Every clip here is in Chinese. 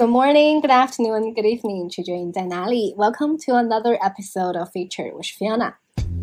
Good morning, good afternoon, good evening， 取决于你在哪里。Welcome to another episode of Feature， 我是 Fiona。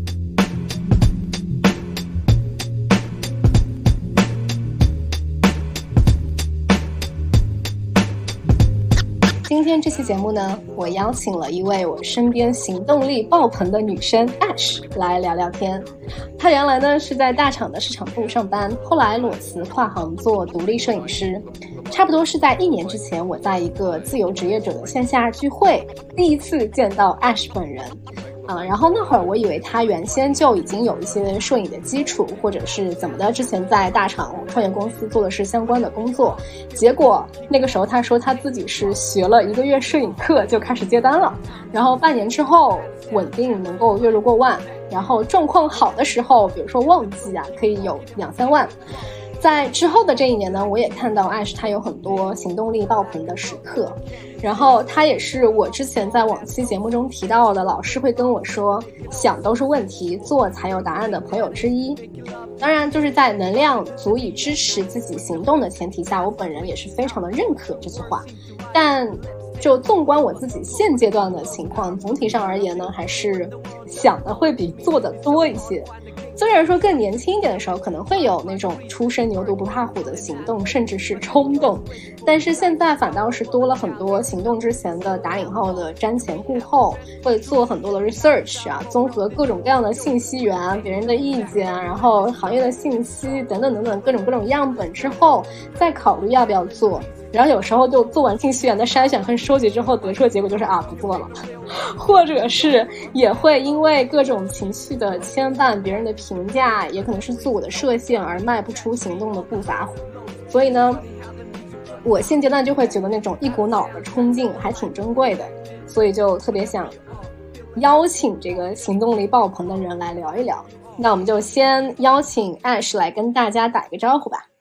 今天这期节目呢，我邀请了一位我身边行动力爆棚的女生 Ash 来聊聊天。她原来呢是在大厂的市场部上班，后来裸辞跨行做独立摄影师。差不多是在1年之前，我在一个自由职业者的线下聚会第一次见到 Ash 本人。然后那会儿我以为他原先就已经有一些摄影的基础，或者是怎么的，之前在大厂创业公司做的是相关的工作。结果那个时候他说他自己是学了1个月摄影课就开始接单了，然后半年之后稳定能够月入过万，然后状况好的时候，比如说旺季可以有2-3万。在之后的这1年呢，我也看到Ash他有很多行动力爆棚的时刻，然后他也是我之前在往期节目中提到的老师会跟我说想都是问题，做才有答案的朋友之一。当然就是在能量足以支持自己行动的前提下，我本人也是非常的认可这句话。但就纵观我自己现阶段的情况，总体上而言呢，还是想的会比做的多一些。虽然说更年轻一点的时候可能会有那种初生牛犊不怕虎的行动，甚至是冲动，但是现在反倒是多了很多行动之前的打引号的瞻前顾后，会做很多的 research 综合各种各样的信息源、别人的意见，然后行业的信息等等等等各种样本之后再考虑要不要做。然后有时候就做完信息源的筛选和收集之后得出的结果就是不做了，或者是也会因为各种情绪的牵绊、别人的评价，也可能是自我的设限而迈不出行动的步伐。所以呢，我现阶段就会觉得那种一股脑的冲劲还挺珍贵的，所以就特别想邀请这个行动力爆棚的人来聊一聊。那我们就先邀请 Ash 来跟大家打一个招呼吧。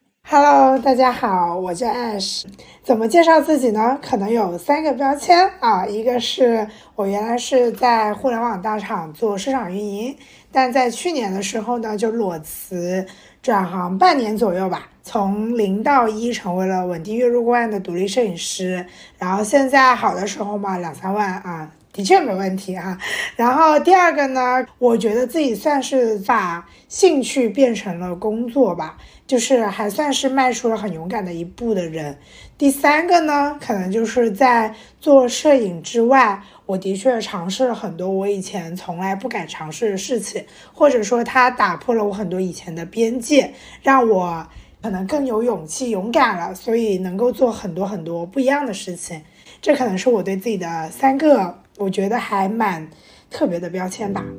Hello， 大家好，我叫 Ash。怎么介绍自己呢？可能有3个标签一个是我原来是在互联网大厂做市场运营，但在去年的时候呢，就裸辞转行半年左右吧，从0到1成为了稳定月入过万的独立摄影师。然后现在好的时候嘛，2-3万的确没问题然后第二个呢，我觉得自己算是把兴趣变成了工作吧，就是还算是迈出了很勇敢的一步的人。第3个呢，可能就是在做摄影之外，我的确尝试了很多我以前从来不敢尝试的事情，或者说它打破了我很多以前的边界，让我可能更有勇气勇敢了，所以能够做很多很多不一样的事情。这可能是我对自己的3个我觉得还蛮特别的标签吧。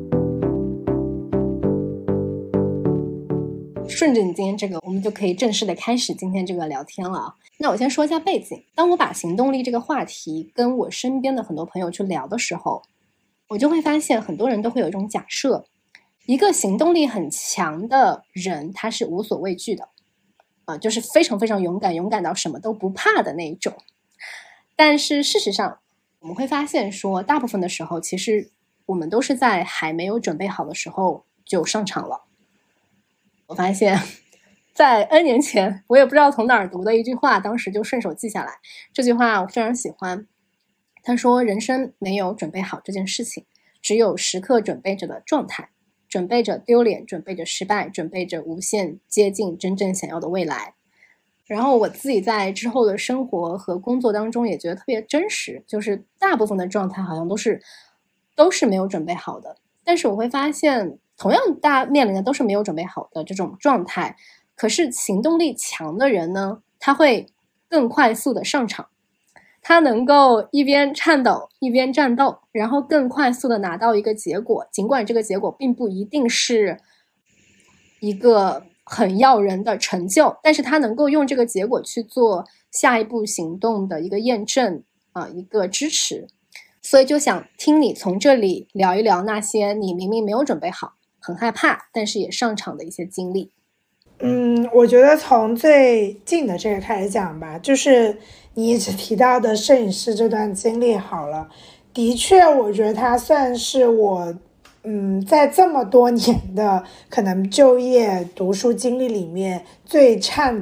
顺着你今天这个，我们就可以正式的开始今天这个聊天了。那我先说一下背景。当我把行动力这个话题跟我身边的很多朋友去聊的时候，我就会发现很多人都会有一种假设，一个行动力很强的人他是无所畏惧的就是非常非常勇敢到什么都不怕的那一种。但是事实上我们会发现说，大部分的时候其实我们都是在还没有准备好的时候就上场了。我发现在 N 年前，我也不知道从哪儿读的一句话，当时就顺手记下来。这句话我非常喜欢，他说人生没有准备好这件事情，只有时刻准备着的状态，准备着丢脸，准备着失败，准备着无限接近真正想要的未来。然后我自己在之后的生活和工作当中也觉得特别真实，就是大部分的状态好像都是没有准备好的。但是我会发现同样大家面临的都是没有准备好的这种状态，可是行动力强的人呢，他会更快速的上场，他能够一边颤抖一边战斗，然后更快速的拿到一个结果，尽管这个结果并不一定是一个很耀人的成就，但是他能够用这个结果去做下一步行动的一个验证一个支持。所以就想听你从这里聊一聊那些你明明没有准备好，很害怕但是也上场的一些经历。 我觉得从最近的这个开始讲吧，就是你一直提到的摄影师这段经历好了。的确我觉得它算是我在这么多年的可能就业读书经历里面最颤抖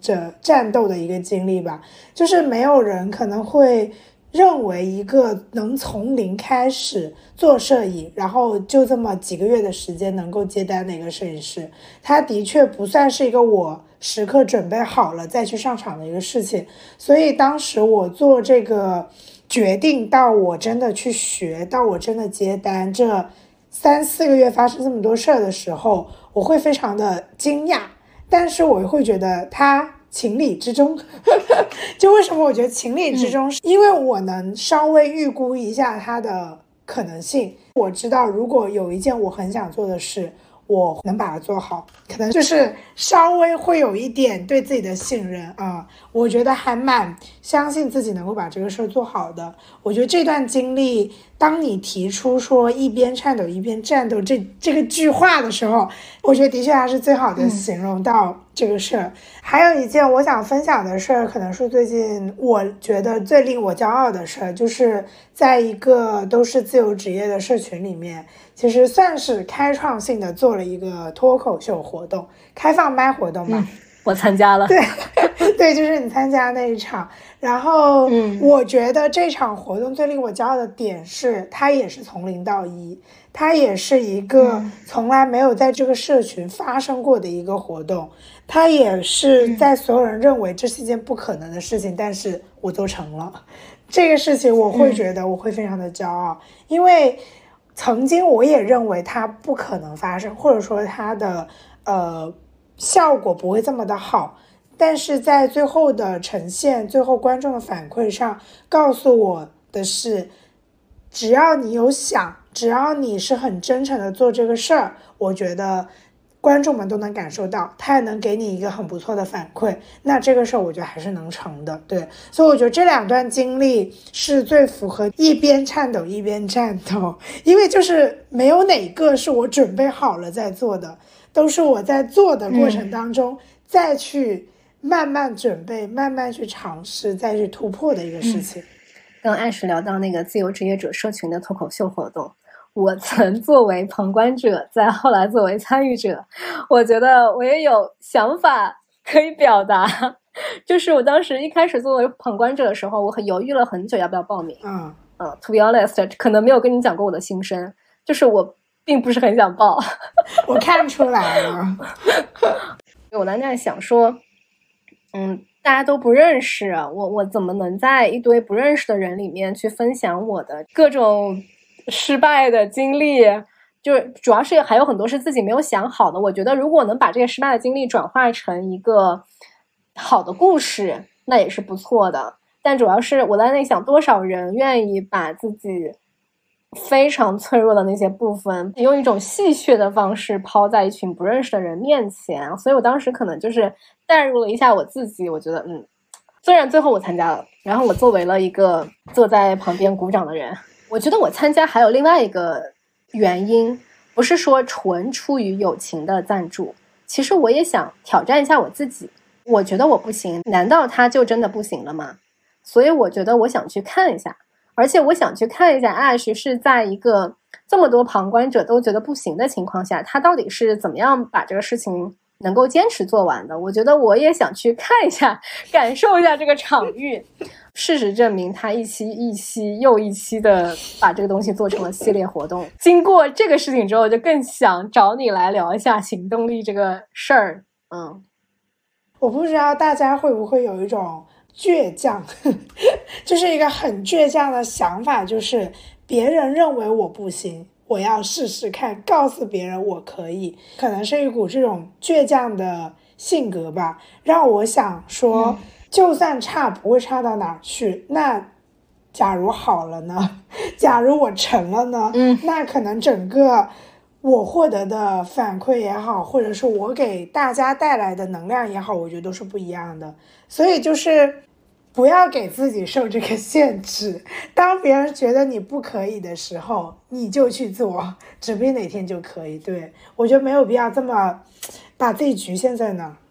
着战斗的一个经历吧。就是没有人可能会认为一个能从零开始做摄影，然后就这么几个月的时间能够接单的一个摄影师，他的确不算是一个我时刻准备好了再去上场的一个事情。所以当时我做这个决定到我真的去学，到我真的接单，这3-4个月发生这么多事儿的时候，我会非常的惊讶，但是我会觉得它情理之中。就为什么我觉得情理之中，是因为我能稍微预估一下它的可能性。我知道如果有一件我很想做的事，我能把它做好，可能就是稍微会有一点对自己的信任啊，我觉得还蛮相信自己能够把这个事儿做好的。我觉得这段经历，当你提出说一边颤抖一边战斗这个句话的时候，我觉得的确还是最好的形容到这个事儿。还有一件我想分享的事儿，可能是最近我觉得最令我骄傲的事儿，就是在一个都是自由职业的社群里面，其实算是开创性的做了一个脱口秀活动，开放麦活动嘛。 我参加了。 对对，就是你参加那一场。然后我觉得这场活动最令我骄傲的点是，它也是从0到1，它也是一个从来没有在这个社群发生过的一个活动，它也是在所有人认为这是一件不可能的事情，但是我做成了这个事情。我会觉得我会非常的骄傲，因为曾经我也认为它不可能发生，或者说它的效果不会这么的好，但是在最后的呈现，最后观众的反馈上告诉我的是，只要你有想，只要你是很真诚的做这个事儿，我觉得观众们都能感受到，他也能给你一个很不错的反馈，那这个事儿我觉得还是能成的。对，所以我觉得这2段经历是最符合一边颤抖一边战斗，因为就是没有哪个是我准备好了再做的，都是我在做的过程当中再去慢慢准备，慢慢去尝试，再去突破的一个事情。 刚Ash聊到那个自由职业者社群的脱口秀活动，我曾作为旁观者，再后来作为参与者，我觉得我也有想法可以表达。就是我当时一开始作为旁观者的时候，我很犹豫了很久要不要报名。To be honest， 可能没有跟你讲过我的心声，就是我并不是很想报。 我看出来了。 我在那想说，大家都不认识，我怎么能在一堆不认识的人里面去分享我的各种失败的经历？就是主要是还有很多是自己没有想好的。我觉得如果能把这个失败的经历转化成一个好的故事，那也是不错的。但主要是我在那想，多少人愿意把自己非常脆弱的那些部分用一种戏谑的方式抛在一群不认识的人面前。所以我当时可能就是带入了一下我自己，我觉得虽然最后我参加了，然后我作为了一个坐在旁边鼓掌的人，我觉得我参加还有另外一个原因，不是说纯出于友情的赞助，其实我也想挑战一下我自己。我觉得我不行，难道他就真的不行了吗？所以我觉得我想去看一下，而且我想去看一下 Ash 是在一个这么多旁观者都觉得不行的情况下，他到底是怎么样把这个事情能够坚持做完的。我觉得我也想去看一下，感受一下这个场域。事实证明他一期又一期的把这个东西做成了系列活动。经过这个事情之后，就更想找你来聊一下行动力这个事儿。 我不知道大家会不会有一种倔强，就是一个很倔强的想法，就是别人认为我不行，我要试试看，告诉别人我可以。可能是一股这种倔强的性格吧，让我想说就算差不会差到哪儿去，那假如好了呢？假如我成了呢？那可能整个我获得的反馈也好，或者是我给大家带来的能量也好，我觉得都是不一样的。所以就是不要给自己受这个限制，当别人觉得你不可以的时候，你就去做，指不定哪天就可以。对，我觉得没有必要这么把自己局限在那儿。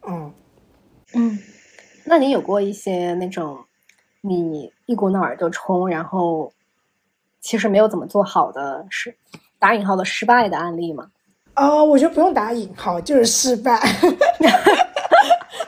那你有过一些那种你一股脑儿就冲，然后其实没有怎么做好的打引号的失败的案例吗？ 我觉得不用打引号，就是失败。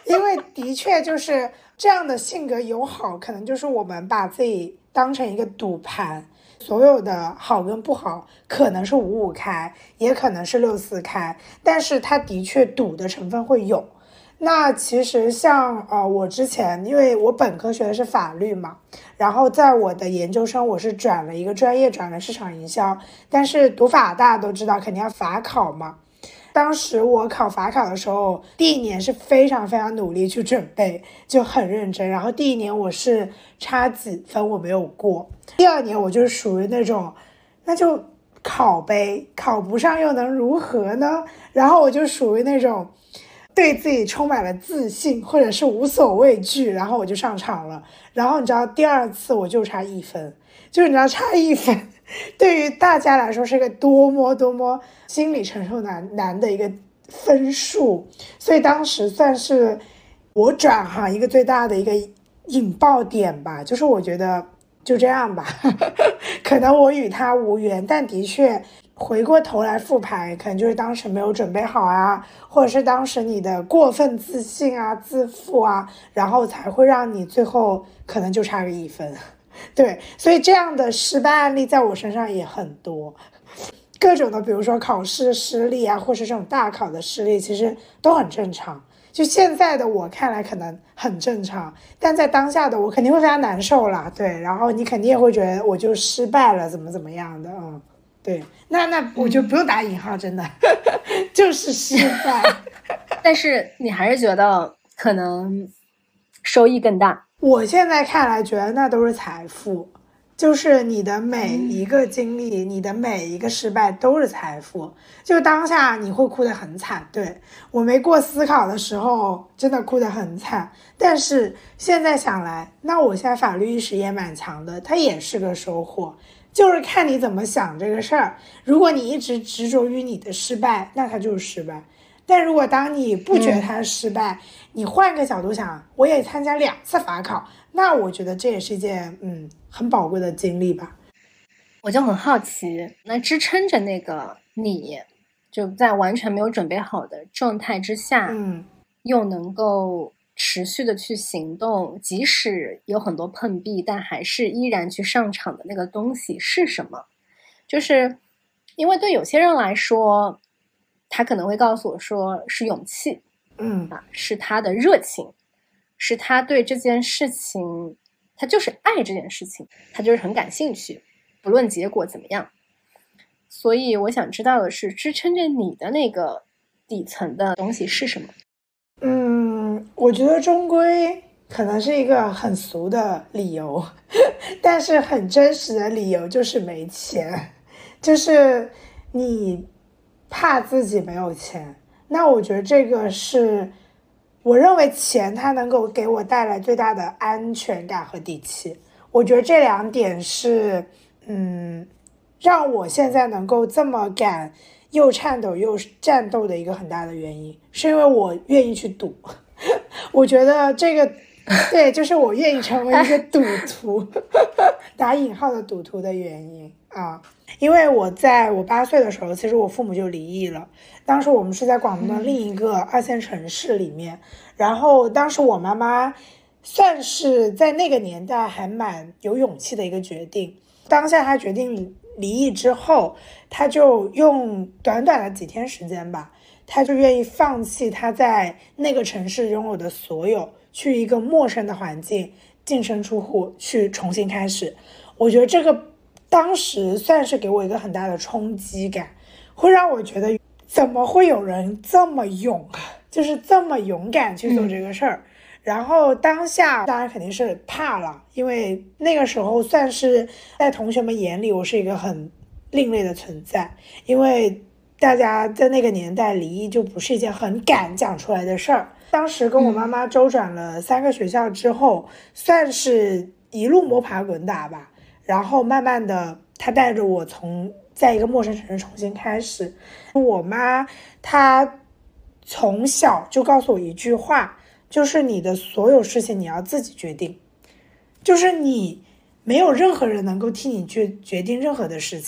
因为的确就是这样的性格友好，可能就是我们把自己当成一个赌盘，所有的好跟不好可能是五五开，也可能是六四开，但是它的确赌的成分会有。那其实像我之前因为我本科学的是法律嘛，然后在我的研究生我是转了一个专业，转了市场营销，但是读法大家都知道肯定要法考嘛。当时我考法考的时候，第一年是非常非常努力去准备，就很认真，然后第一年我是差几分我没有过，第二年我就属于那种那就考呗，考不上又能如何呢，然后我就属于那种对自己充满了自信，或者是无所畏惧，然后我就上场了。然后你知道第二次我就差1分，就是你知道差1分对于大家来说是个多么心理承受难的一个分数，所以当时算是我转行一个最大的一个引爆点吧，就是我觉得就这样吧可能我与他无缘，但的确回过头来复盘，可能就是当时没有准备好啊，或者是当时你的过分自信啊、自负啊，然后才会让你最后可能就差个1分。对，所以这样的失败案例在我身上也很多，各种的，比如说考试失利啊，或是这种大考的失利，其实都很正常。就现在的我看来可能很正常，但在当下的我肯定会非常难受啦。对，然后你肯定也会觉得我就失败了，怎么样的，对，那我就不用打引号，真的就是失败。 但是你还是觉得可能收益更大？ 我现在看来觉得那都是财富，就是你的每一个经历，你的每一个失败都是财富。就当下你会哭得很惨，对，我没过思考的时候真的哭得很惨，但是现在想来，那我现在法律意识也蛮强的，它也是个收获，就是看你怎么想这个事儿。如果你一直执着于你的失败，那它就是失败。但如果当你不觉得它是失败，你换个角度想，我也参加2次法考，那我觉得这也是一件很宝贵的经历吧。 我就很好奇，那支撑着那个你就在完全没有准备好的状态之下，又能够持续的去行动，即使有很多碰壁，但还是依然去上场的那个东西是什么？就是因为对有些人来说，他可能会告诉我说是勇气，是他的热情，是他对这件事情，他就是爱这件事情，他就是很感兴趣，不论结果怎么样。所以我想知道的是，支撑着你的那个底层的东西是什么？ 我觉得终归可能是一个很俗的理由，但是很真实的理由就是没钱，就是你怕自己没有钱。那我觉得这个是我认为钱它能够给我带来最大的安全感和底气。我觉得这2点是让我现在能够这么敢又颤抖又战斗的一个很大的原因，是因为我愿意去赌。我觉得这个对，就是我愿意成为一个赌徒打引号的赌徒的原因啊。因为我在我8岁的时候，其实我父母就离异了，当时我们是在广东的另一个2线城市里面，然后当时我妈妈算是在那个年代还蛮有勇气的一个决定。当下她决定离异之后，她就用短短的几天时间吧，她就愿意放弃她在那个城市拥有的所有，去一个陌生的环境净身出户，去重新开始。我觉得这个当时算是给我一个很大的冲击感，会让我觉得怎么会有人这么勇，就是这么勇敢去做这个事儿。然后当下当然肯定是怕了，因为那个时候算是在同学们眼里我是一个很另类的存在，因为大家在那个年代离异就不是一件很敢讲出来的事儿。当时跟我妈妈周转了3个学校之后，算是一路摸爬滚打吧，然后慢慢的她带着我在一个陌生城市重新开始。我妈她从小就告诉我一句话，就是你的所有事情你要自己决定，就是你没有任何人能够替你决定任何的事情，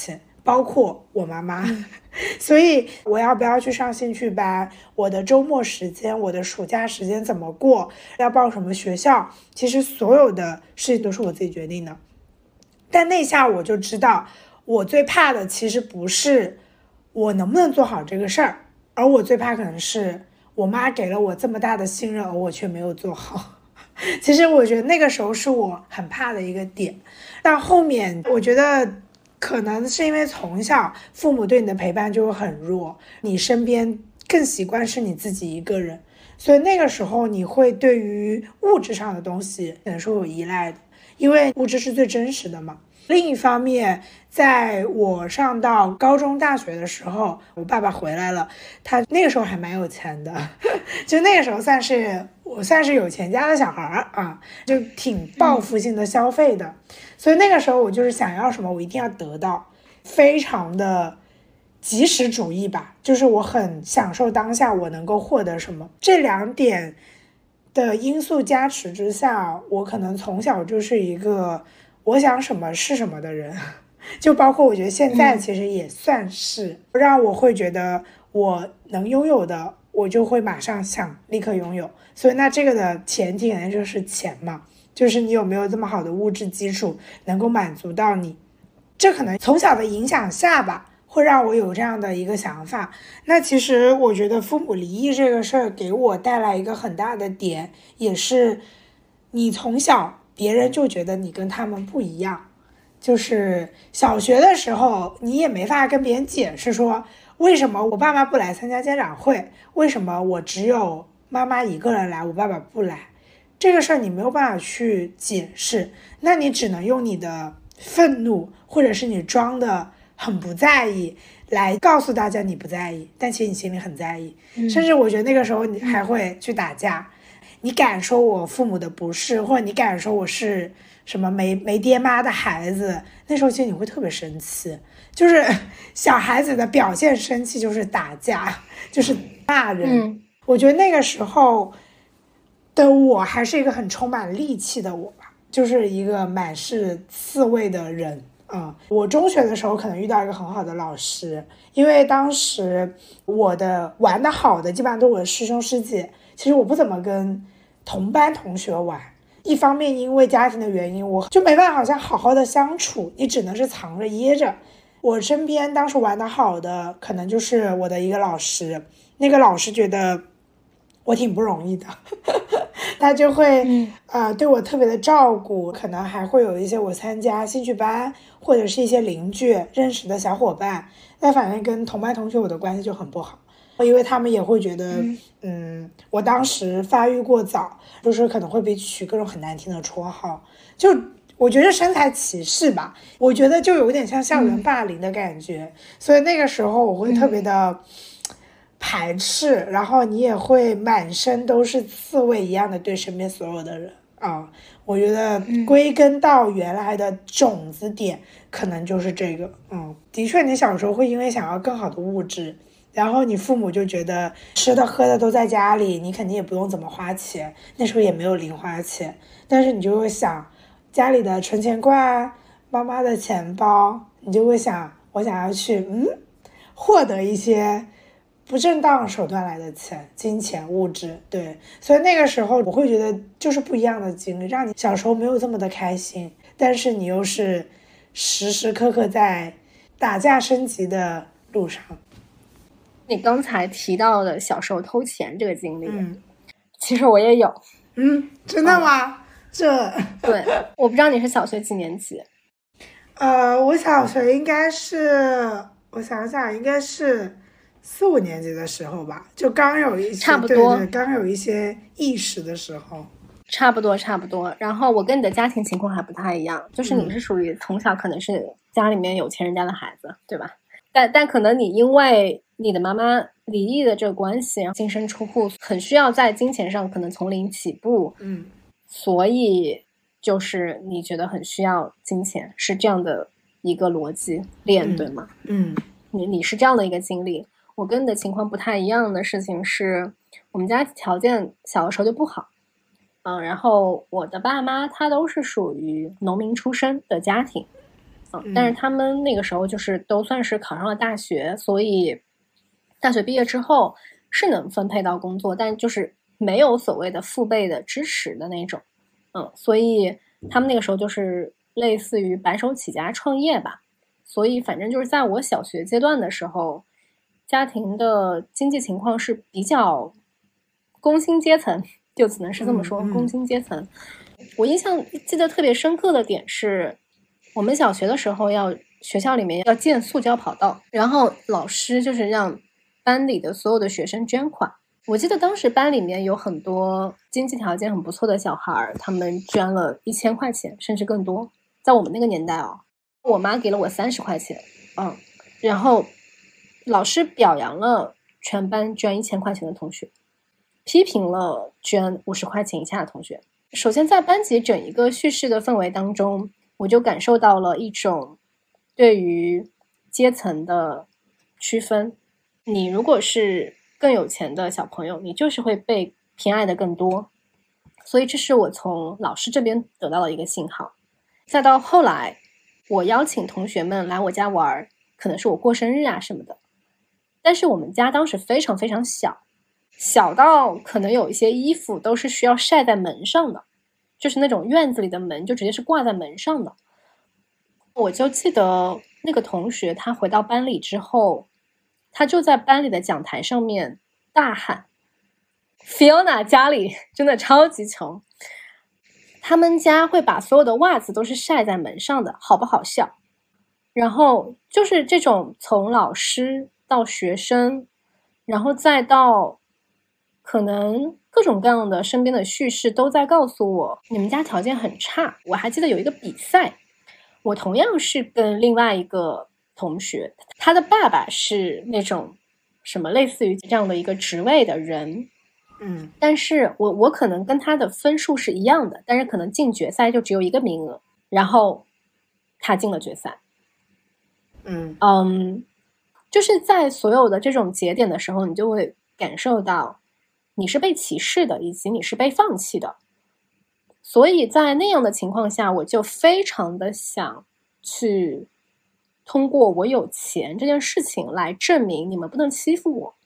包括我妈妈。所以我要不要去上兴趣班，我的周末时间，我的暑假时间怎么过，要报什么学校，其实所有的事情都是我自己决定的。但那下我就知道，我最怕的其实不是我能不能做好这个事儿，而我最怕可能是我妈给了我这么大的信任，而我却没有做好。其实我觉得那个时候是我很怕的一个点。但后面我觉得可能是因为从小父母对你的陪伴就会很弱，你身边更习惯是你自己一个人，所以那个时候你会对于物质上的东西可能是有依赖的，因为物质是最真实的嘛。另一方面，在我上到高中大学的时候，我爸爸回来了，他那个时候还蛮有钱的，就那个时候我算是有钱家的小孩啊，就挺报复性的消费的。所以那个时候我就是想要什么我一定要得到，非常的及时主义吧，就是我很享受当下我能够获得什么。这两点的因素加持之下，我可能从小就是一个我想什么是什么的人，就包括我觉得现在其实也算是让我会觉得我能拥有的我就会马上想立刻拥有。所以那这个的前提肯定就是钱嘛，就是你有没有这么好的物质基础能够满足到你。这可能从小的影响下吧，会让我有这样的一个想法。那其实我觉得父母离异这个事儿给我带来一个很大的点，也是你从小别人就觉得你跟他们不一样，就是小学的时候你也没法跟别人解释说为什么我爸妈不来参加家长会，为什么我只有妈妈一个人来，我爸爸不来，这个事儿你没有办法去解释，那你只能用你的愤怒或者是你装的很不在意来告诉大家你不在意，但其实你心里很在意。甚至我觉得那个时候你还会去打架，你敢说我父母的不是，或者你敢说我是什么没爹妈的孩子，那时候其实你会特别生气。就是小孩子的表现生气就是打架，就是骂人。我觉得那个时候的我还是一个很充满戾气的我吧，就是一个满是刺猬的人。我中学的时候可能遇到一个很好的老师，因为当时我的玩的好的基本上都是我的师兄师姐，其实我不怎么跟同班同学玩，一方面因为家庭的原因，我就没办法好像好好的相处，你只能是藏着掖着。我身边当时玩的好的可能就是我的一个老师，那个老师觉得我挺不容易的他就会对我特别的照顾，可能还会有一些我参加兴趣班或者是一些邻居认识的小伙伴，但反正跟同班同学我的关系就很不好，因为他们也会觉得我当时发育过早，就是可能会被取各种很难听的绰号，就我觉得身材歧视吧，我觉得就有点像校园霸凌的感觉，所以那个时候我会特别的排斥，然后你也会满身都是刺猬一样的对身边所有的人我觉得归根到原来的种子点可能就是这个的确你小时候会因为想要更好的物质，然后你父母就觉得吃的喝的都在家里，你肯定也不用怎么花钱，那时候也没有零花钱，但是你就会想家里的存钱罐，妈妈的钱包，你就会想我想要去获得一些不正当手段来的钱，金钱物质，对，所以那个时候我会觉得就是不一样的经历，让你小时候没有这么的开心，但是你又是时时刻刻在打架升级的路上。 你刚才提到的小时候偷钱这个经历其实我也有。 真的吗？ 对，我不知道你是小学几年级。 我小学应该是，我想想应该是4、5年级的时候吧，就刚有一些差不多， 对，刚有一些意识的时候。 差不多。然后我跟你的家庭情况还不太一样，就是你是属于从小可能是家里面有钱人家的孩子，对吧？但可能你因为你的妈妈离异的这个关系，然后净身出户，很需要在金钱上可能从零起步，所以就是你觉得很需要金钱，是这样的一个逻辑链，对吗？你是这样的一个经历。我跟你的情况不太一样的事情是，我们家条件小的时候就不好，然后我的爸妈他都是属于农民出身的家庭， 但是他们那个时候就是都算是考上了大学，所以大学毕业之后是能分配到工作，但就是没有所谓的父辈的支持的那种。所以他们那个时候就是类似于白手起家创业吧。所以反正就是在我小学阶段的时候，家庭的经济情况是比较工薪阶层，就只能是这么说，工薪阶层。我印象记得特别深刻的点是，我们小学的时候学校里面要建塑胶跑道，然后老师就是让班里的所有的学生捐款。我记得当时班里面有很多经济条件很不错的小孩，他们捐了1000块钱甚至更多。在我们那个年代我妈给了我30块钱，然后老师表扬了全班捐1000块钱的同学，批评了捐50块钱以下的同学。首先在班级整一个叙事的氛围当中，我就感受到了一种对于阶层的区分。你如果是更有钱的小朋友，你就是会被偏爱的更多。所以这是我从老师这边得到的一个信号。再到后来我邀请同学们来我家玩，可能是我过生日啊什么的，但是我们家当时非常非常小，小到可能有一些衣服都是需要晒在门上的，就是那种院子里的门就直接是挂在门上的。我就记得那个同学他回到班里之后，他就在班里的讲台上面大喊 Fiona 家里真的超级穷，他们家会把所有的袜子都是晒在门上的，好不好笑？然后就是这种从老师到学生，然后再到可能各种各样的身边的叙事都在告诉我你们家条件很差。我还记得有一个比赛，我同样是跟另外一个同学，他的爸爸是那种什么类似于这样的一个职位的人，但是我可能跟他的分数是一样的，但是可能进决赛就只有一个名额，然后他进了决赛。就是在所有的这种节点的时候，你就会感受到你是被歧视的，以及你是被放弃的。所以在那样的情况下，我就非常的想去通过我有钱这件事情来证明你们不能欺负我。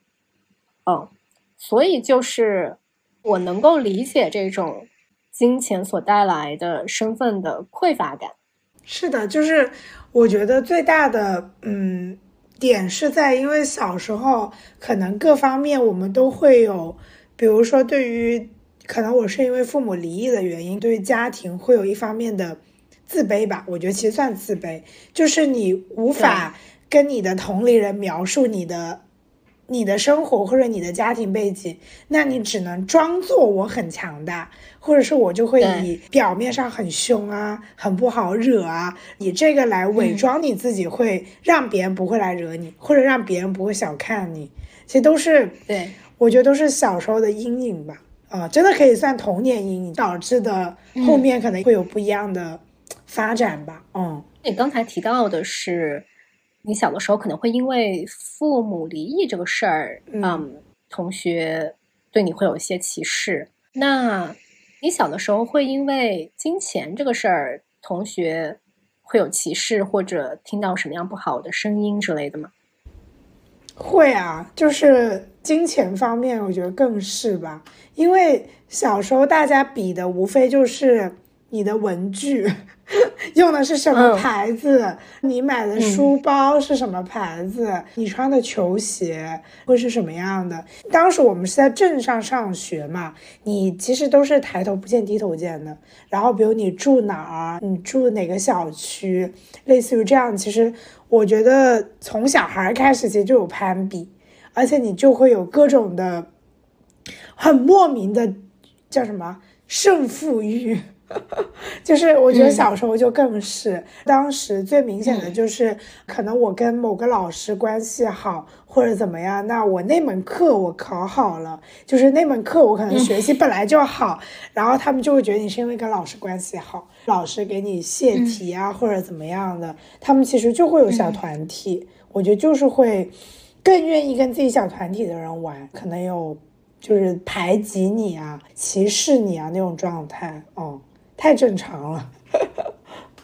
所以就是我能够理解这种金钱所带来的身份的匮乏感。 是的，就是我觉得最大的点是在，因为小时候可能各方面我们都会有，比如说对于可能我是因为父母离异的原因，对于家庭会有一方面的自卑吧，我觉得其实算自卑，就是你无法跟你的同龄人描述你的生活或者你的家庭背景，那你只能装作我很强大，或者是我就会以表面上很凶啊，很不好惹啊，以这个来伪装你自己，会让别人不会来惹你，或者让别人不会小看你。其实都是我觉得都是小时候的阴影吧。真的可以算童年阴影导致的，后面可能会有不一样的发展吧。 你刚才提到的是你小的时候可能会因为父母离异这个事儿，同学对你会有一些歧视。那你小的时候会因为金钱这个事儿，同学会有歧视或者听到什么样不好的声音之类的吗？ 会啊，就是金钱方面我觉得更是吧，因为小时候大家比的无非就是你的文具用的是什么牌子，你买的书包是什么牌子，你穿的球鞋会是什么样的。当时我们是在镇上上学嘛，你其实都是抬头不见低头见的，然后比如你住哪儿，你住哪个小区，类似于这样。其实我觉得从小孩开始其实就有攀比，而且你就会有各种的很莫名的叫什么胜负欲就是我觉得小时候就更是，当时最明显的就是可能我跟某个老师关系好或者怎么样，那我那门课我考好了，就是那门课我可能学习本来就好，然后他们就会觉得你是因为跟老师关系好，老师给你泄题啊或者怎么样的，他们其实就会有小团体，我觉得就是会更愿意跟自己小团体的人玩，可能有就是排挤你啊歧视你啊那种状态。太正常了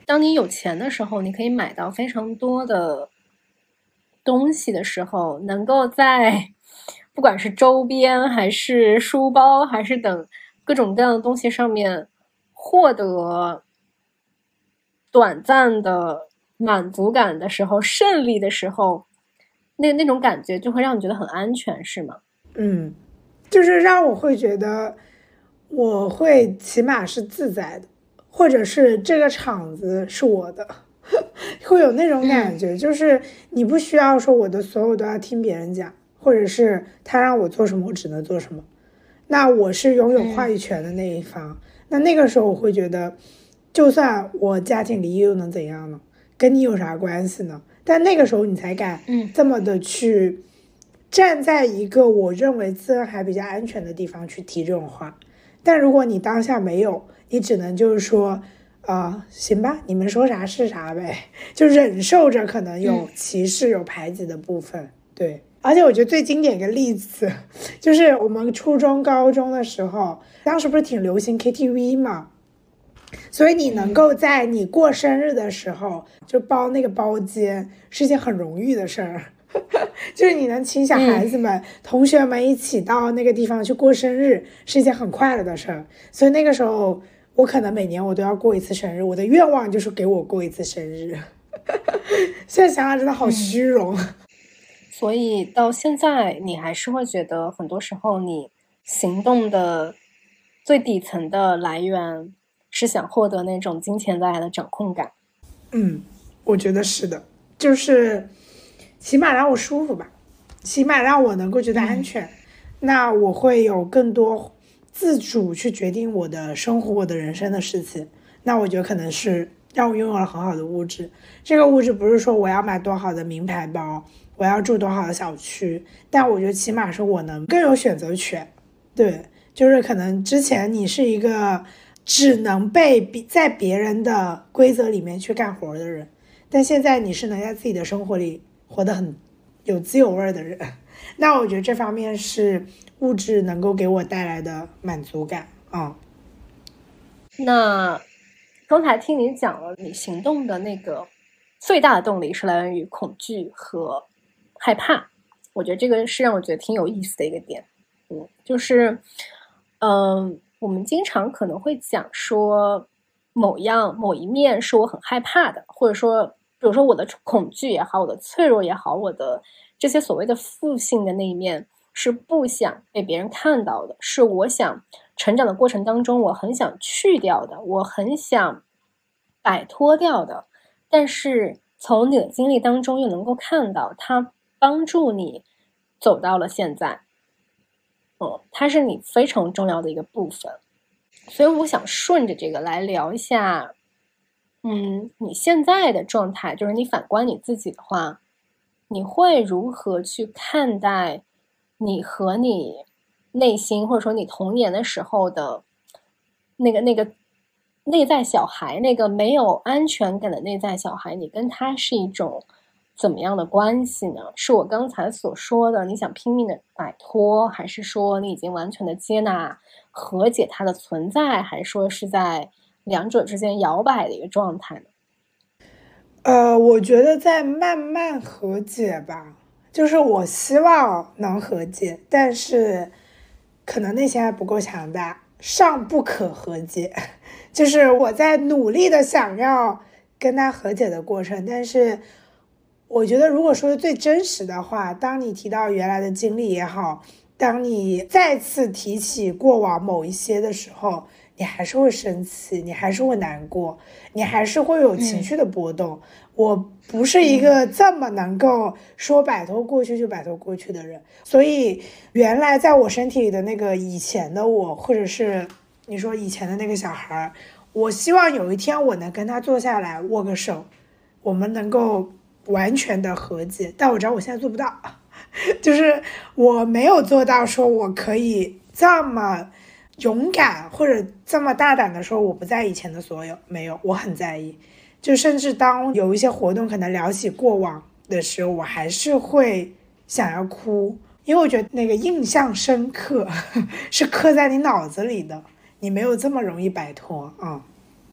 当你有钱的时候，你可以买到非常多的东西的时候，能够在不管是周边还是书包还是等各种各样的东西上面获得短暂的满足感的时候，胜利的时候，那种感觉就会让你觉得很安全，是吗？ 就是让我会觉得我会起码是自在的，或者是这个场子是我的，会有那种感觉，就是你不需要说我的所有都要听别人讲，或者是他让我做什么我只能做什么，那我是拥有话语权的那一方，那个时候我会觉得就算我家庭离异又能怎样呢？跟你有啥关系呢？但那个时候你才敢这么的去站在一个我认为自然还比较安全的地方去提这种话。但如果你当下没有，你只能就是说行吧，你们说啥是啥呗，就忍受着可能有歧视有排挤的部分。对，而且我觉得最经典一个例子就是我们初中高中的时候，当时不是挺流行 KTV 嘛，所以你能够在你过生日的时候就包那个包间是一件很荣誉的事儿就是你能请小孩子们、同学们一起到那个地方去过生日是一件很快乐的事儿。所以那个时候我可能每年我都要过一次生日，我的愿望就是给我过一次生日现在想想真的好虚荣所以到现在你还是会觉得很多时候你行动的最底层的来源是想获得那种金钱带来的掌控感。 我觉得是的，就是起码让我舒服吧，起码让我能够觉得安全，那我会有更多自主去决定我的生活我的人生的事情。那我觉得可能是让我拥有了很好的物质，这个物质不是说我要买多好的名牌包，我要住多好的小区，但我觉得起码是我能更有选择权。对，就是可能之前你是一个只能在别人的规则里面去干活的人，但现在你是能在自己的生活里活得很有自由味的人，那我觉得这方面是物质能够给我带来的满足感那刚才听你讲了，你行动的那个最大的动力是来源于恐惧和害怕，我觉得这个是让我觉得挺有意思的一个点。就是我们经常可能会讲说某一面是我很害怕的，或者说比如说我的恐惧也好，我的脆弱也好，我的这些所谓的负性的那一面是不想被别人看到的，是我想成长的过程当中我很想去掉的，我很想摆脱掉的，但是从你的经历当中又能够看到它帮助你走到了现在，它是你非常重要的一个部分。所以我想顺着这个来聊一下你现在的状态，就是你反观你自己的话，你会如何去看待你和你内心或者说你童年的时候的那个内在小孩，那个没有安全感的内在小孩，你跟他是一种怎么样的关系呢？是我刚才所说的你想拼命的摆脱，还是说你已经完全的接纳和解它的存在，还是说是在两者之间摇摆的一个状态呢？ 我觉得在慢慢和解吧，就是我希望能和解，但是可能内心还不够强大，尚不可和解。就是我在努力的想要跟他和解的过程，但是我觉得如果说最真实的话，当你提到原来的经历也好，当你再次提起过往某一些的时候，你还是会生气，你还是会难过，你还是会有情绪的波动。我不是一个这么能够说摆脱过去就摆脱过去的人，所以原来在我身体里的那个以前的我，或者是你说以前的那个小孩，我希望有一天我能跟他坐下来握个手，我们能够完全的和解，但我知道我现在做不到，就是我没有做到说我可以这么勇敢或者这么大胆的说我不在以前的所有，没有，我很在意。就甚至当有一些活动可能聊起过往的时候，我还是会想要哭，因为我觉得那个印象深刻是刻在你脑子里的，你没有这么容易摆脱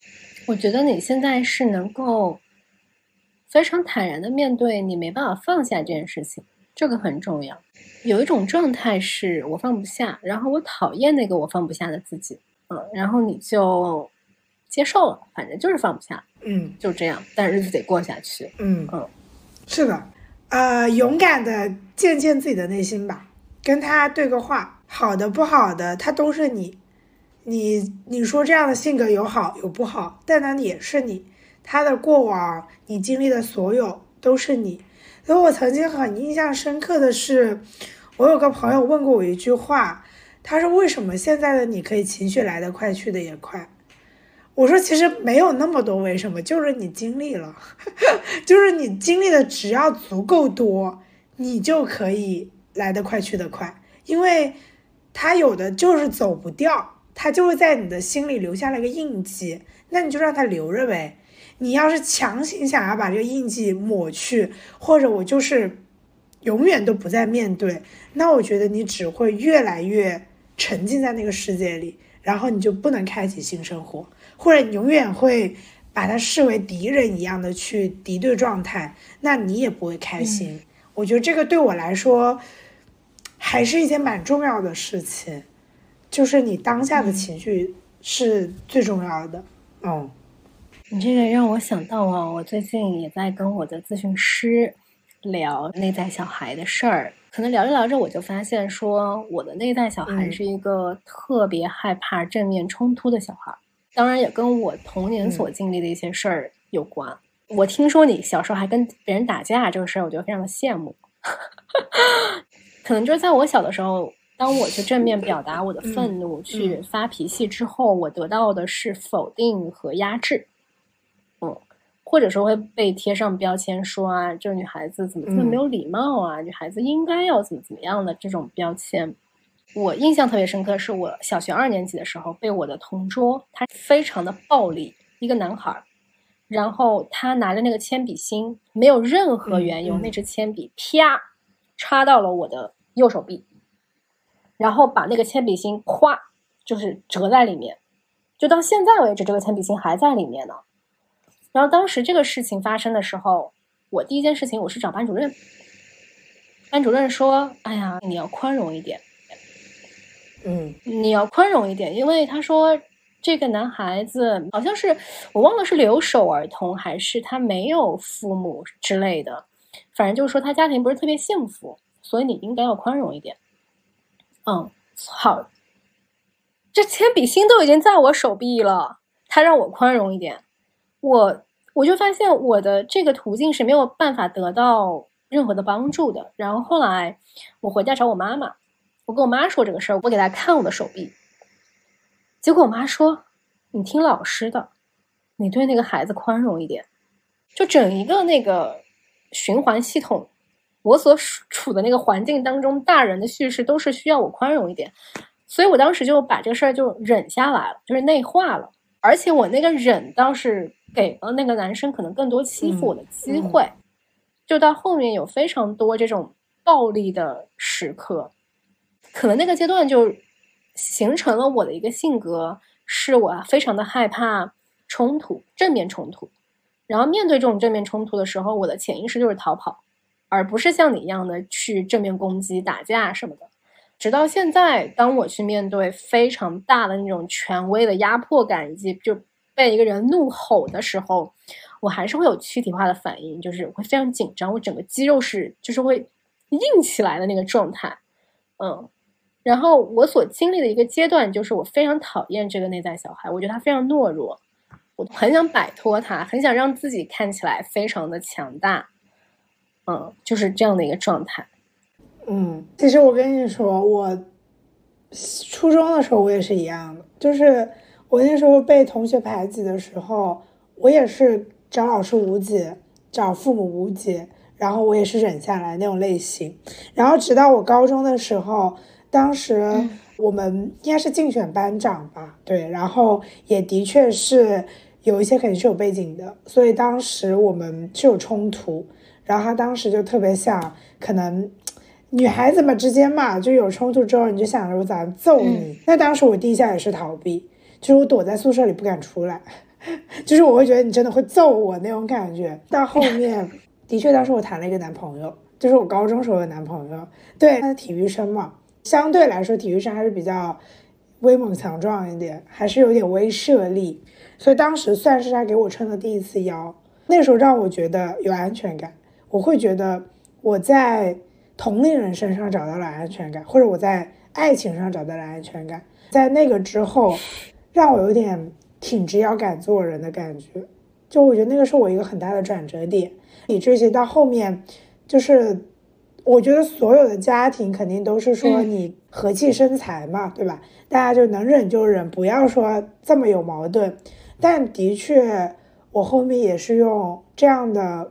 我觉得你现在是能够非常坦然的面对你没办法放下这件事情，这个很重要。有一种状态是我放不下，然后我讨厌那个我放不下的自己，然后你就接受了，反正就是放不下，就这样，但日子得过下去。 是的，勇敢的见见自己的内心吧，跟他对个话，好的不好的，他都是你。你说这样的性格有好有不好，但他也是你，他的过往你经历的所有都是你。所以我曾经很印象深刻的是，我有个朋友问过我一句话，他说为什么现在的你可以情绪来得快去得也快？我说其实没有那么多为什么，就是你经历了就是你经历的只要足够多，你就可以来得快去得快，因为他有的就是走不掉，他就会在你的心里留下了一个印记，那你就让他留着呗。你要是强行想要把这个印记抹去，或者我就是永远都不再面对，那我觉得你只会越来越沉浸在那个世界里，然后你就不能开启新生活，或者你永远会把它视为敌人一样的去敌对状态，那你也不会开心。我觉得这个对我来说还是一件蛮重要的事情，就是你当下的情绪是最重要的。 你这个让我想到我最近也在跟我的咨询师聊内在小孩的事儿，可能聊着聊着我就发现说，我的内在小孩是一个特别害怕正面冲突的小孩，当然也跟我童年所经历的一些事儿有关。我听说你小时候还跟别人打架这个事儿，我觉得非常的羡慕可能就是在我小的时候，当我去正面表达我的愤怒，去发脾气之后，我得到的是否定和压制，或者说会被贴上标签说啊，这女孩子怎么这么没有礼貌啊，女孩子应该要怎么样的这种标签。我印象特别深刻，是我小学2年级的时候，被我的同桌，他非常的暴力，一个男孩，然后他拿着那个铅笔芯，没有任何缘由，那支铅笔啪插到了我的右手臂，然后把那个铅笔芯咵就是折在里面，就到现在为止这个铅笔芯还在里面呢。然后当时这个事情发生的时候，我第一件事情我是找班主任，班主任说，哎呀，你要宽容一点，你要宽容一点，因为他说这个男孩子好像是我忘了是留守儿童还是他没有父母之类的，反正就是说他家庭不是特别幸福，所以你应该要宽容一点。好，这铅笔芯都已经在我手臂了，他让我宽容一点，我就发现我的这个途径是没有办法得到任何的帮助的。然后后来我回家找我妈妈，我跟我妈说这个事儿，我给她看我的手臂，结果我妈说，你听老师的，你对那个孩子宽容一点。就整一个那个循环系统，我所处的那个环境当中，大人的叙事都是需要我宽容一点，所以我当时就把这个事儿就忍下来了，就是内化了。而且我那个忍倒是给了那个男生可能更多欺负我的机会，就到后面有非常多这种暴力的时刻，可能那个阶段就形成了我的一个性格，是我非常的害怕冲突，正面冲突。然后面对这种正面冲突的时候，我的潜意识就是逃跑，而不是像你一样的去正面攻击、打架什么的。直到现在，当我去面对非常大的那种权威的压迫感，以及就被一个人怒吼的时候，我还是会有躯体化的反应，就是会非常紧张，我整个肌肉是就是会硬起来的那个状态。然后我所经历的一个阶段，就是我非常讨厌这个内在小孩，我觉得他非常懦弱，我很想摆脱他，很想让自己看起来非常的强大，就是这样的一个状态。 其实我跟你说，我初中的时候我也是一样的，就是我那时候被同学排挤的时候，我也是找老师无解，找父母无解，然后我也是忍下来那种类型。然后直到我高中的时候，当时我们应该是竞选班长吧，对，然后也的确是有一些肯定是有背景的，所以当时我们是有冲突，然后他当时就特别想，可能女孩子嘛之间嘛，就有冲突之后，你就想着我咋揍你。那当时我第一下也是逃避，就是我躲在宿舍里不敢出来， 就是我会觉得你真的会揍我那种感觉。到后面的确当时我谈了一个男朋友，就是我高中时候的男朋友，对，他是体育生嘛，相对来说体育生还是比较威猛强壮一点，还是有点威慑力，所以当时算是他给我撑的第一次腰，那时候让我觉得有安全感，我会觉得我在同龄人身上找到了安全感，或者我在爱情上找到了安全感，在那个之后让我有点挺直腰杆做人的感觉，就我觉得那个是我一个很大的转折点，以至于到后面就是我觉得所有的家庭肯定都是说你和气生财嘛，对吧？大家就能忍就忍，不要说这么有矛盾。但的确我后面也是用这样的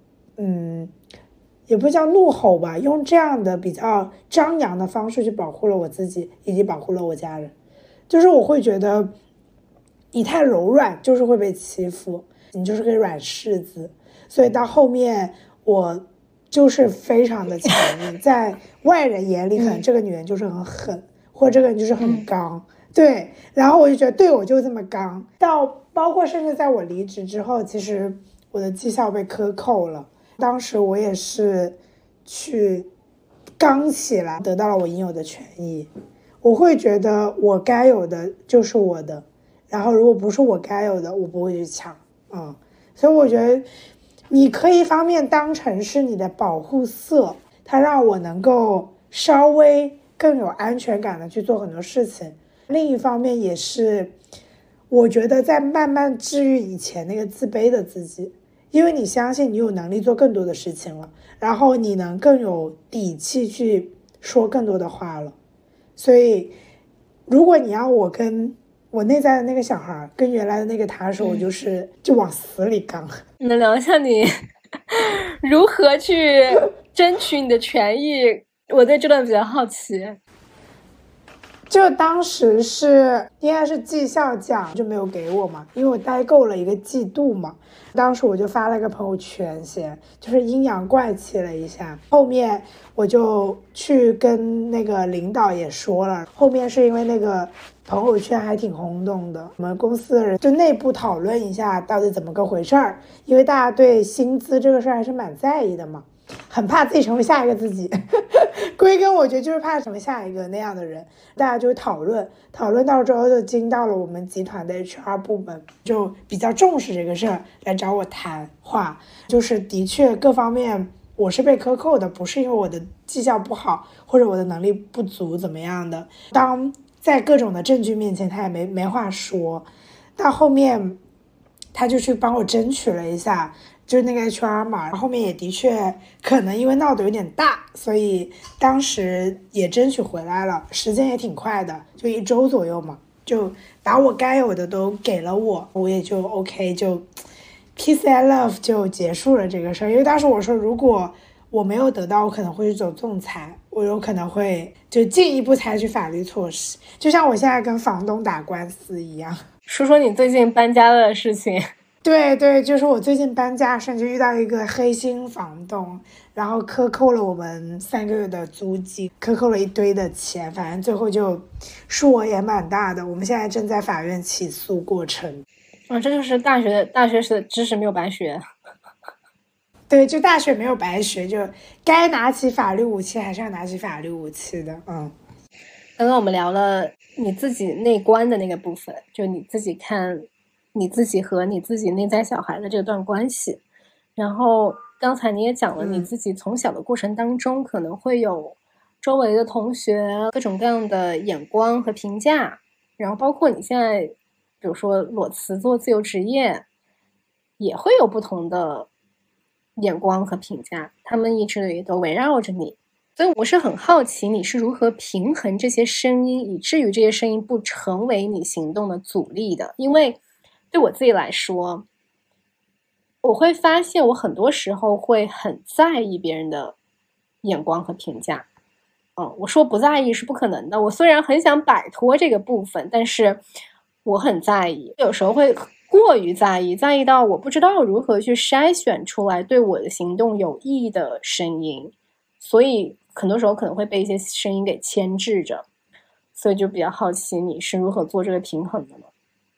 也不叫怒吼吧，用这样的比较张扬的方式去保护了我自己，以及保护了我家人。就是我会觉得你太柔软就是会被欺负，你就是个软柿子。所以到后面我就是非常的强硬，在外人眼里可能这个女人就是很狠，或者这个人就是很刚，对。然后我就觉得对，我就这么刚。到包括甚至在我离职之后，其实我的绩效被克扣了，当时我也是去刚起来，得到了我应有的权益。我会觉得我该有的就是我的，然后如果不是我该有的，我不会去抢。所以我觉得你可以一方面当成是你的保护色，它让我能够稍微更有安全感的去做很多事情，另一方面也是我觉得在慢慢治愈以前那个自卑的自己，因为你相信你有能力做更多的事情了，然后你能更有底气去说更多的话了。所以如果你要我跟我内在的那个小孩跟原来的那个他说，我就往死里刚。 能聊一下你如何去争取你的权益？我对这段比较好奇。 就当时是应该是绩效奖就没有给我嘛，因为我待够了一个季度嘛。当时我就发了个朋友圈先，就是阴阳怪气了一下。后面我就去跟那个领导也说了，后面是因为那个朋友圈还挺轰动的，我们公司的人就内部讨论一下到底怎么个回事儿，因为大家对薪资这个事儿还是蛮在意的嘛，很怕自己成为下一个自己。归根我觉得就是怕成为下一个那样的人，大家就讨论到之后就经到了我们集团的 HR 部门，就比较重视这个事儿，来找我谈话。就是的确各方面我是被克扣的，不是因为我的绩效不好或者我的能力不足怎么样的，当在各种的证据面前他也没话说。到后面他就去帮我争取了一下，就是那个 HR 嘛，后面也的确可能因为闹得有点大，所以当时也争取回来了，时间也挺快的，就1周左右嘛，就把我该有的都给了我，我也就 OK， 就 peace and love 就结束了这个事儿。因为当时我说如果我没有得到，我可能会去走仲裁，我有可能会就进一步采取法律措施，就像我现在跟房东打官司一样。 说说你最近搬家的事情。 对，就是我最近搬家，甚至遇到一个黑心房东，然后克扣了我们3个月的租金，克扣了一堆的钱，反正最后就数额也蛮大的。我们现在正在法院起诉过程。 这就是大学的知识没有白学。 对，就大学没有白学，就该拿起法律武器还是要拿起法律武器的。 刚刚我们聊了你自己内观的那个部分，就你自己看你自己和你自己内在小孩的这段关系，然后刚才你也讲了你自己从小的过程当中可能会有周围的同学各种各样的眼光和评价，然后包括你现在比如说裸辞做自由职业也会有不同的眼光和评价，他们一直也都围绕着你。所以我是很好奇你是如何平衡这些声音，以至于这些声音不成为你行动的阻力的。因为对我自己来说，我会发现我很多时候会很在意别人的眼光和评价。我说不在意是不可能的，我虽然很想摆脱这个部分，但是我很在意，有时候会过于在意，在意到我不知道如何去筛选出来对我的行动有益的声音，所以很多时候可能会被一些声音给牵制着。所以就比较好奇你是如何做这个平衡的呢？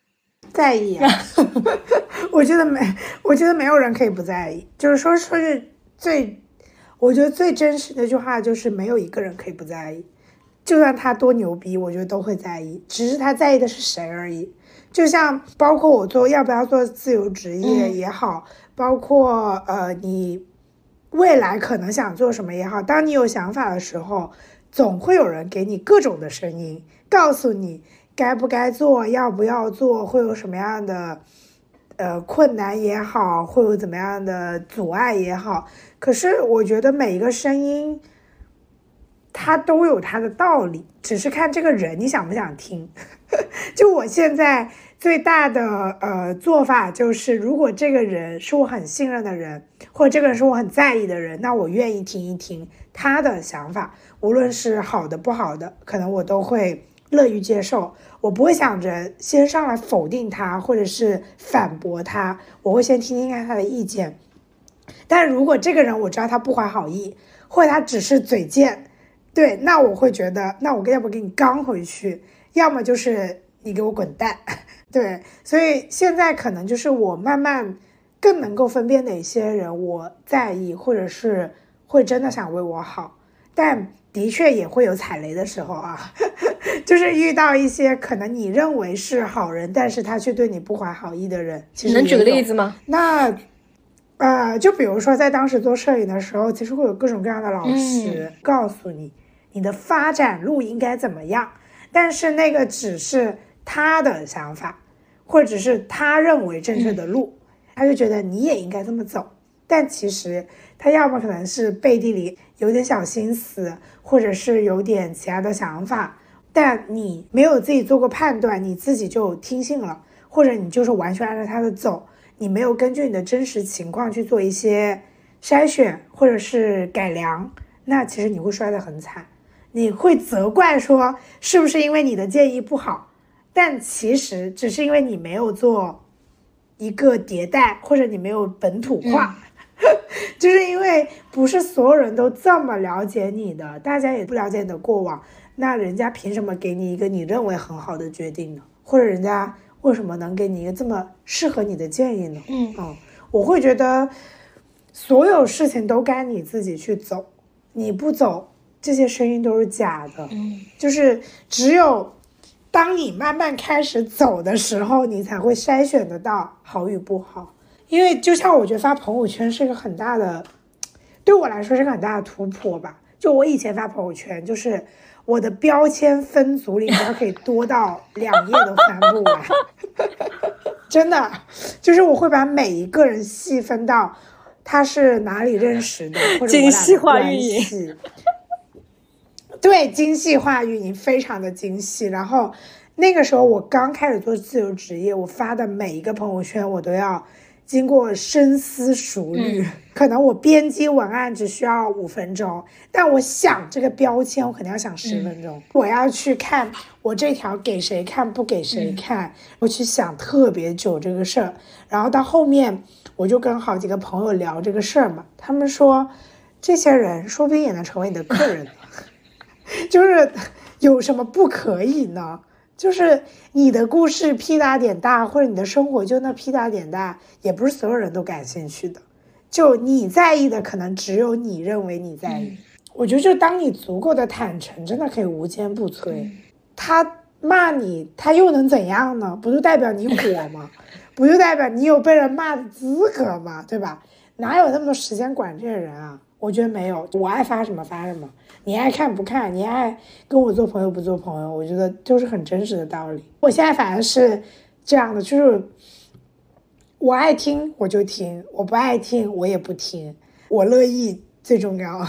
在意啊我觉得没有人可以不在意，就是说是我觉得最真实的一句话就是没有一个人可以不在意，就算他多牛逼我觉得都会在意，只是他在意的是谁而已。就像包括我要不要做自由职业也好，包括你未来可能想做什么也好，当你有想法的时候，总会有人给你各种的声音，告诉你该不该做，要不要做，会有什么样的困难也好，会有怎么样的阻碍也好。可是我觉得每一个声音它都有它的道理，只是看这个人你想不想听就我现在最大的做法就是，如果这个人是我很信任的人，或者这个人是我很在意的人，那我愿意听一听他的想法，无论是好的不好的，可能我都会乐于接受。我不会想着先上来否定他或者是反驳他，我会先听听看他的意见。但如果这个人我知道他不怀好意，或者他只是嘴贱，对，那我会觉得，那我要不给你刚回去，要么就是你给我滚蛋。对，所以现在可能就是我慢慢更能够分辨哪些人我在意，或者是会真的想为我好，但的确也会有踩雷的时候啊就是遇到一些可能你认为是好人，但是他却对你不怀好意的人。其实能举个例子吗？ 那就比如说在当时做摄影的时候，其实会有各种各样的老师告诉你你的发展路应该怎么样，但是那个只是他的想法，或者是他认为正确的路，他就觉得你也应该这么走。但其实他要么可能是背地里有点小心思，或者是有点其他的想法，但你没有自己做过判断，你自己就听信了，或者你就是完全按照他的走，你没有根据你的真实情况去做一些筛选或者是改良，那其实你会摔得很惨。你会责怪说是不是因为你的建议不好，但其实只是因为你没有做一个迭代，或者你没有本土化就是因为不是所有人都这么了解你的，大家也不了解你的过往，那人家凭什么给你一个你认为很好的决定呢？或者人家为什么能给你一个这么适合你的建议呢？我会觉得所有事情都该你自己去走，你不走这些声音都是假的。就是只有当你慢慢开始走的时候，你才会筛选得到好与不好。因为就像我觉得发朋友圈是一个很大的，对我来说是个很大的突破吧。就我以前发朋友圈，就是我的标签分组里面可以多到2页都翻不完真的，就是我会把每一个人细分到他是哪里认识的，或者我俩的关系。精细化运营对，精细化运营非常的精细。然后那个时候我刚开始做自由职业，我发的每一个朋友圈我都要经过深思熟虑，可能我编辑文案只需要5分钟，但我想这个标签我可能要想10分钟。我要去看我这条给谁看不给谁看，我去想特别久这个事儿。然后到后面我就跟好几个朋友聊这个事儿嘛，他们说这些人说不定也能成为你的客人就是有什么不可以呢？就是你的故事屁大点大，或者你的生活就那屁大点大，也不是所有人都感兴趣的。就你在意的可能只有你认为你在意。我觉得就当你足够的坦诚，真的可以无坚不摧。他骂你他又能怎样呢？不就代表你火吗？不就代表你有被人骂的资格吗？对吧？哪有那么多时间管这些人啊？我觉得没有，我爱发什么发什么，你爱看不看，你爱跟我做朋友不做朋友，我觉得都是很真实的道理。我现在反而是这样的，就是我爱听我就听，我不爱听我也不听，我乐意最重要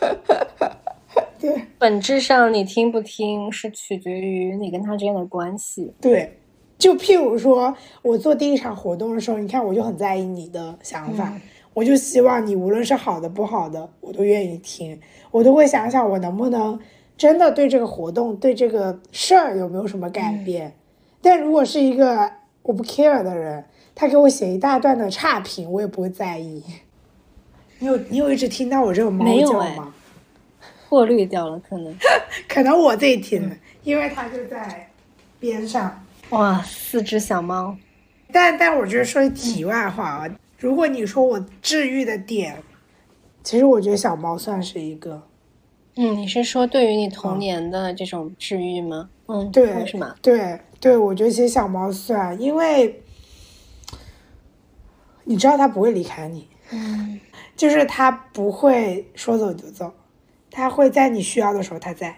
对， 本质上你听不听是取决于你跟他之间的关系。 对，就譬如说我做第一场活动的时候，你看我就很在意你的想法，我就希望你无论是好的不好的我都愿意听，我都会想想我能不能真的对这个活动对这个事儿有没有什么改变。但如果是一个我不 care 的人，他给我写一大段的差评我也不会在意。你有一直听到我这种猫叫吗？ 过滤掉了可能可能我自己听因为他就在边上。 哇，4只小猫。 但我觉得说题外话啊，如果你说我治愈的点，其实我觉得小猫算是一个。 你是说对于你童年的这种治愈吗？ 对， 为什么？ 对，我觉得其实小猫算，因为你知道它不会离开你，就是它不会说走就走，它会在你需要的时候它在。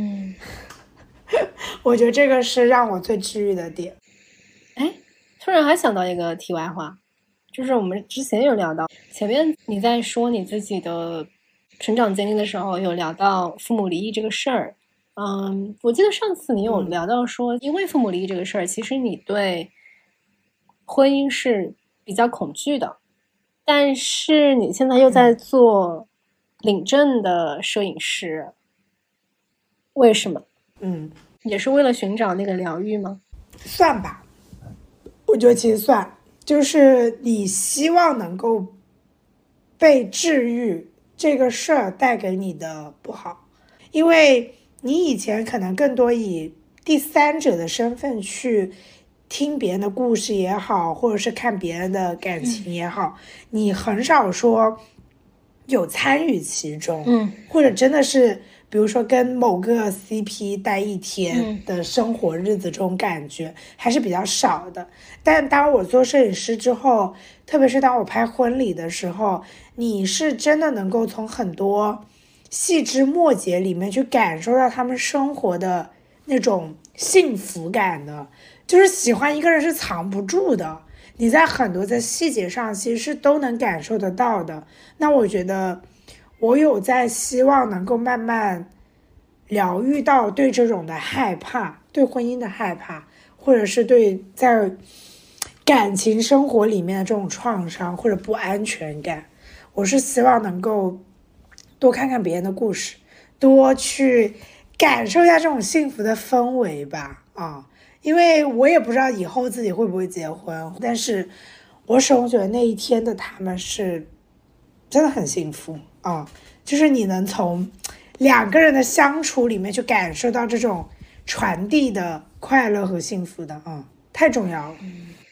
我觉得这个是让我最治愈的点。 哎，突然还想到一个题外话，就是我们之前有聊到，前面你在说你自己的成长经历的时候，有聊到父母离异这个事儿。我记得上次你有聊到说，因为父母离异这个事儿，其实你对婚姻是比较恐惧的，但是你现在又在做领证的摄影师，为什么？也是为了寻找那个疗愈吗？ 算吧，我觉得其实算，就是你希望能够被治愈这个事儿带给你的不好，因为你以前可能更多以第三者的身份去听别人的故事也好，或者是看别人的感情也好，你很少说有参与其中，或者真的是比如说跟某个 CP 待一天的生活日子，这种感觉还是比较少的。但当我做摄影师之后，特别是当我拍婚礼的时候，你是真的能够从很多细枝末节里面去感受到他们生活的那种幸福感的，就是喜欢一个人是藏不住的，你在很多的细节上其实是都能感受得到的。那我觉得我有在希望能够慢慢疗愈到对这种的害怕，对婚姻的害怕，或者是对在感情生活里面的这种创伤或者不安全感。我是希望能够多看看别人的故事，多去感受一下这种幸福的氛围吧。因为我也不知道以后自己会不会结婚，但是我始终觉得那一天的他们是真的很幸福就是你能从两个人的相处里面去感受到这种传递的快乐和幸福的太重要了。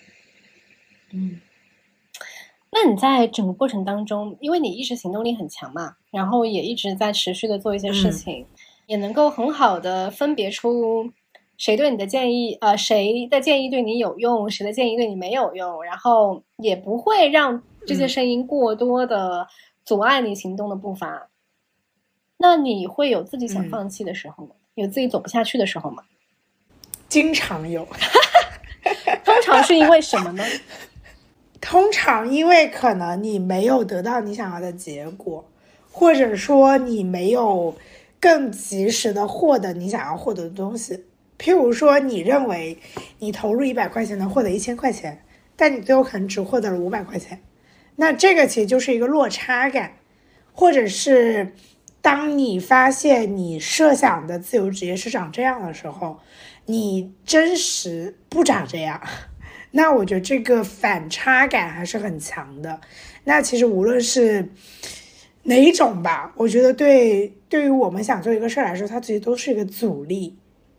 那你在整个过程当中，因为你意识行动力很强嘛，然后也一直在持续的做一些事情，也能够很好的分别出谁对你的建议谁的建议对你有用，谁的建议对你没有用，然后也不会让这些声音过多的阻碍你行动的步伐。那你会有自己想放弃的时候吗？有自己走不下去的时候吗？ 经常有。 通常是因为什么呢？ 通常因为可能你没有得到你想要的结果，或者说你没有更及时的获得你想要获得的东西。譬如说你认为你投入100块钱能获得1000块钱，但你最后可能只获得了500块钱，那这个其实就是一个落差感。或者是当你发现你设想的自由职业是长这样的时候，你真实不长这样，那我觉得这个反差感还是很强的。那其实无论是哪一种吧，我觉得对于我们想做一个事来说，它其实都是一个阻力。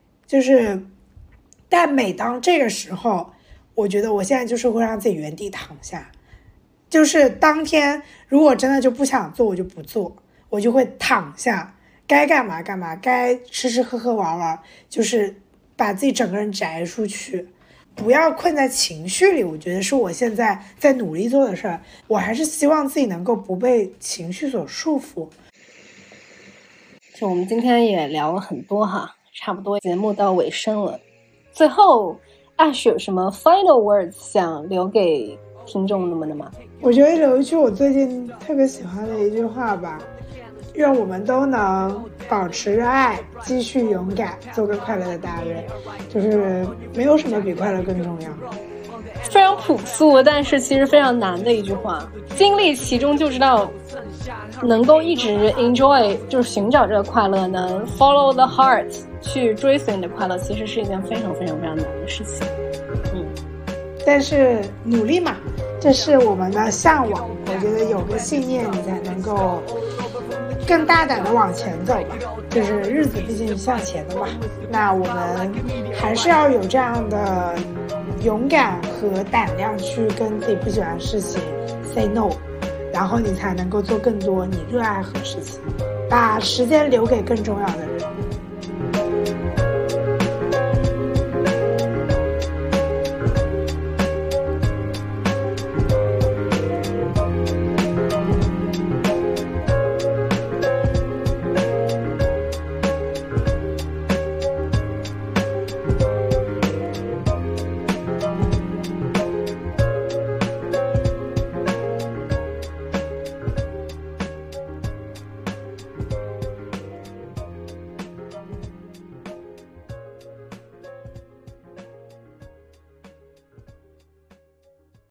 但每当这个时候，我觉得我现在就是会让自己原地躺下，就是当天如果真的就不想做，我就不做，我就会躺下，该干嘛干嘛，该吃吃喝喝玩玩，就是把自己整个人宅出去，不要困在情绪里。我觉得是我现在在努力做的事儿。我还是希望自己能够不被情绪所束缚。 就我们今天也聊了很多哈，差不多节目到尾声了。最后 Ash 有什么 final words 想留给听众们的吗？ 我觉得有一句我最近特别喜欢的一句话吧，愿我们都能保持热爱，继续勇敢，做个快乐的大人。就是没有什么比快乐更重要。 非常朴素，但是其实非常难的一句话，经历其中就知道能够一直 enjoy 就是寻找这个快乐，能 follow the heart 去追随你的快乐，其实是一件非常非常非常难的事情。 但是努力嘛，这是我们的向往。我觉得有个信念，你才能够更大胆的往前走吧，就是日子毕竟是向前的嘛。那我们还是要有这样的勇敢和胆量去跟自己不喜欢的事情 say no， 然后你才能够做更多你热爱和事情，把时间留给更重要的人。